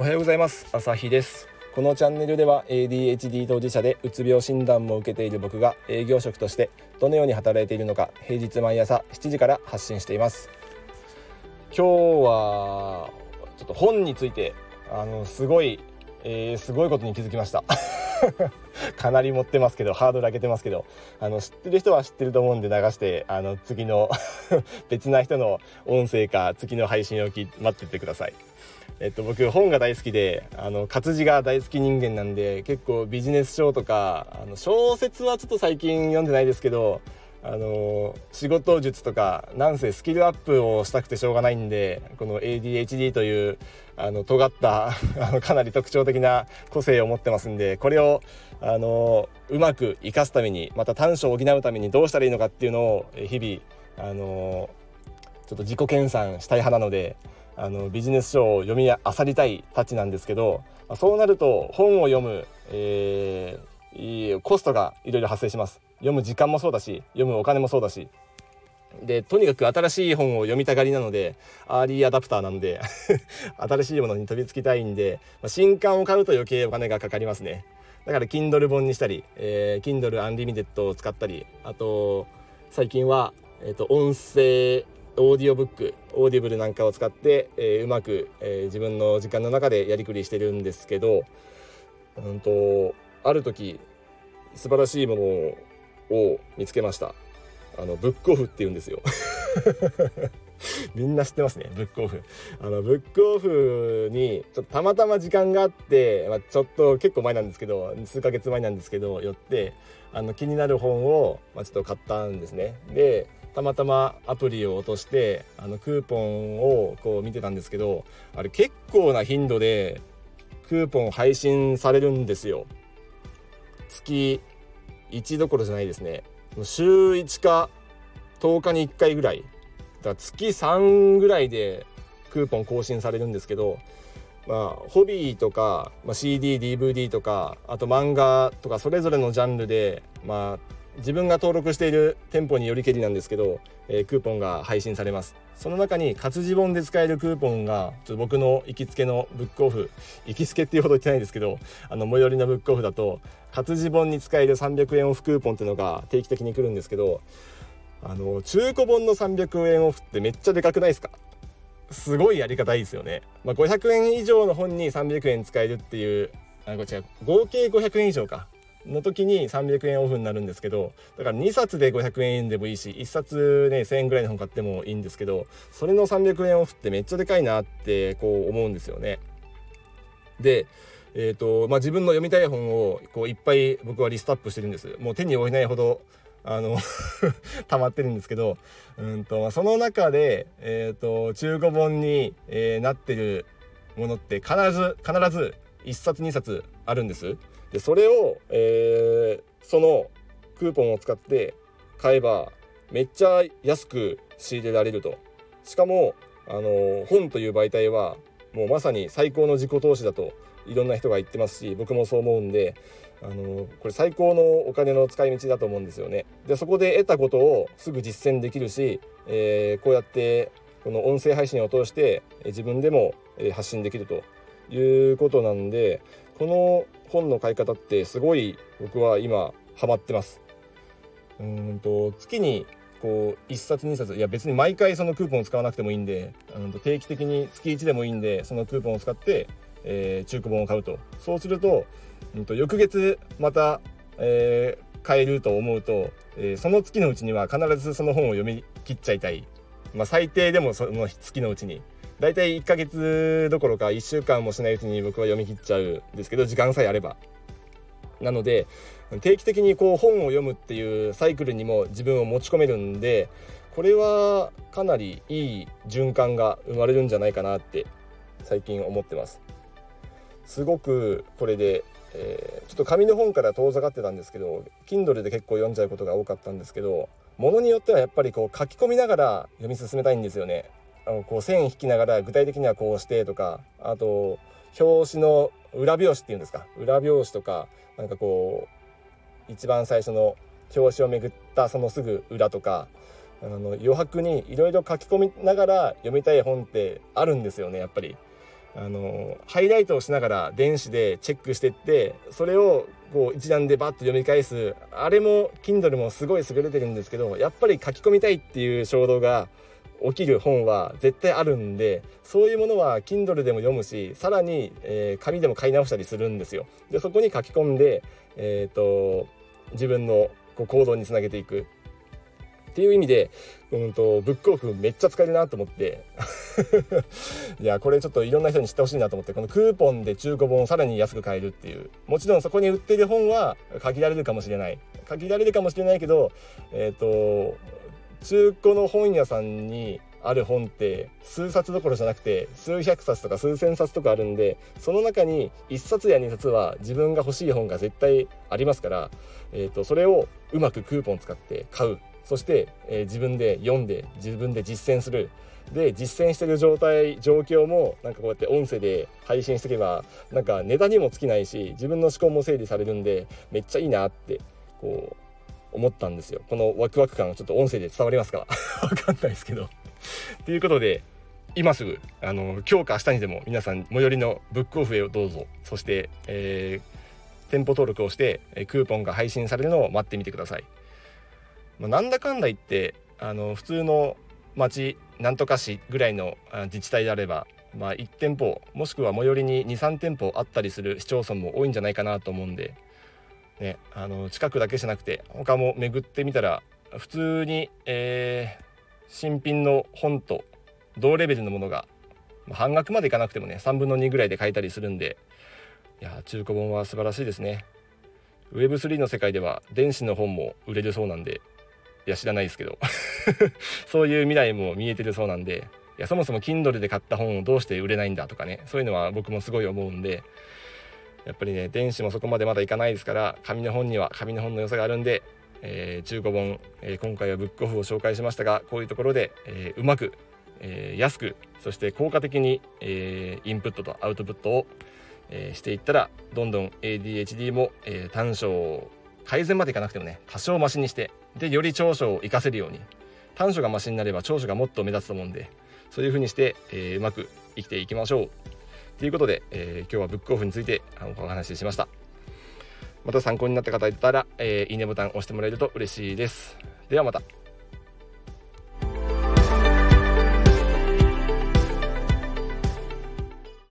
はようございます。朝日です。このチャンネルでは ADHD 当事者でうつ病診断も受けている僕が営業職としてどのように働いているのか平日毎朝7時から発信しています。今日はちょっと本についてすごいことに気づきましたかなり持ってますけど、ハードル上げてますけど、知ってる人は知ってると思うんで流して次の別な人の音声か次の配信を待っててください。僕本が大好きで活字が大好き人間なんで、結構ビジネス書とか小説はちょっと最近読んでないですけど、仕事術とかなんせスキルアップをしたくてしょうがないんで、この ADHD という尖ったかなり特徴的な個性を持ってますんで、これをうまく活かすために、また短所を補うためにどうしたらいいのかっていうのを日々ちょっと自己研鑽したい派なので、ビジネス書を読み漁りたいたちなんですけど、そうなると本を読む、コストがいろいろ発生します。読む時間もそうだし、読むお金もそうだしで、とにかく新しい本を読みたがりなので、アーリーアダプターなんで新しいものに飛びつきたいんで、新刊を買うと余計お金がかかりますね。だから Kindle 本にしたり、Kindle Unlimited を使ったり、あと最近は、音声オーディオブック、オーディブルなんかを使って、うまく、自分の時間の中でやりくりしてるんですけど、ある時素晴らしいものを見つけました。ブックオフって言うんですよみんな知ってますね、ブックオフ。ブックオフにちょっとたまたま時間があって、ちょっと結構前なんですけど、数ヶ月前なんですけど寄って気になる本を、ちょっと買ったんですね。でたまたまアプリを落としてクーポンをこう見てたんですけど、あれ結構な頻度でクーポン配信されるんですよ。月1どころじゃないですね。週1か10日に1回ぐらいだから月3ぐらいでクーポン更新されるんですけど、ホビーとか、CD、DVD とか、あと漫画とか、それぞれのジャンルで、自分が登録している店舗によりけりなんですけど、クーポンが配信されます。その中に活字本で使えるクーポンがちょっと僕の行きつけのブックオフ、行きつけっていうほど言ってないですけど、最寄りのブックオフだと活字本に使える300円オフクーポンっていうのが定期的に来るんですけど、中古本の300円オフってめっちゃでかくないですか？すごいやり方いいですよね。500円以上の本に300円使えるっていう、合計500円以上かの時に300円オフになるんですけど、だから2冊で500円でもいいし、1冊ね1000円ぐらいの本買ってもいいんですけど、それの300円オフってめっちゃでかいなってこう思うんですよね。で自分の読みたい本をこういっぱい僕はリストアップしてるんです。もう手に負えないほど溜まってるんですけど、その中で、中古本に、なってるものって必ず1冊2冊あるんです。でそれを、そのクーポンを使って買えばめっちゃ安く仕入れられると。しかも本という媒体はもうまさに最高の自己投資だといろんな人が言ってますし、僕もそう思うんで、これ最高のお金の使い道だと思うんですよね。でそこで得たことをすぐ実践できるし、こうやってこの音声配信を通して自分でも発信できるということなんで、この本の買い方ってすごい僕は今ハマってます。月にこう1冊2冊、いや別に毎回そのクーポンを使わなくてもいいんで、定期的に月1でもいいんでそのクーポンを使って、中古本を買うと。そうすると翌月また、買えると思うと、その月のうちには必ずその本を読み切っちゃいたい。最低でもその月のうちに、だいたい1ヶ月どころか1週間もしないうちに僕は読み切っちゃうんですけど、時間さえあれば。なので定期的にこう本を読むっていうサイクルにも自分を持ち込めるんで、これはかなりいい循環が生まれるんじゃないかなって最近思ってます。すごくこれでちょっと紙の本から遠ざかってたんですけど、 Kindle で結構読んじゃうことが多かったんですけど、ものによってはやっぱりこう書き込みながら読み進めたいんですよね。こう線引きながら具体的にはこうしてとか、あと表紙の裏表紙っていうんですか、裏表紙とか、なんかこう一番最初の表紙をめぐったそのすぐ裏とか、余白にいろいろ書き込みながら読みたい本ってあるんですよね。やっぱりハイライトをしながら電子でチェックしてって、それをこう一覧でバッと読み返す、あれも Kindle もすごい優れてるんですけど、やっぱり書き込みたいっていう衝動が起きる本は絶対あるんで、そういうものは Kindle でも読むし、さらに、紙でも買い直したりするんですよ。でそこに書き込んで、自分の行動につなげていくっていう意味で、ブックオフめっちゃ使えるなと思っていやこれちょっといろんな人に知ってほしいなと思って、このクーポンで中古本をさらに安く買えるっていう、もちろんそこに売ってる本は限られるかもしれないけど、中古の本屋さんにある本って数冊どころじゃなくて数百冊とか数千冊とかあるんで、その中に1冊や2冊は自分が欲しい本が絶対ありますから、それをうまくクーポン使って買う。そして、自分で読んで自分で実践する。で実践してる状況もなんかこうやって音声で配信していけば、なんかネタにも尽きないし、自分の思考も整理されるんで、めっちゃいいなってこう思ったんですよ。このワクワク感ちょっと音声で伝わりますかわかんないですけどということで、今すぐ今日か明日にでも皆さん最寄りのブックオフへどうぞ。そして、店舗登録をしてクーポンが配信されるのを待ってみてください。なんだかんだ言って普通の町なんとか市ぐらいの自治体であれば、1店舗もしくは最寄りに 2,3 店舗あったりする市町村も多いんじゃないかなと思うんで、ね、近くだけじゃなくて他も巡ってみたら、普通に、新品の本と同レベルのものが、半額までいかなくてもね3分の2ぐらいで買えたりするんで、いや中古本は素晴らしいですね。 Web3 の世界では電子の本も売れるそうなんで、いや知らないですけどそういう未来も見えてるそうなんで、いやそもそも Kindle で買った本をどうして売れないんだとかね、そういうのは僕もすごい思うんで、やっぱりね電子もそこまでまだいかないですから、紙の本には紙の本の良さがあるんで、中古本、今回はブックオフを紹介しましたが、こういうところで、うまく、安くそして効果的に、インプットとアウトプットを、していったら、どんどん ADHD も、短所改善までいかなくてもね多少マシにして、でより長所を活かせるように、短所がマシになれば長所がもっと目立つと思うんで、そういう風にして、うまく生きていきましょうということで、今日はブックオフについてお話ししました。また参考になった方いたら、いいねボタンを押してもらえると嬉しいです。ではまた。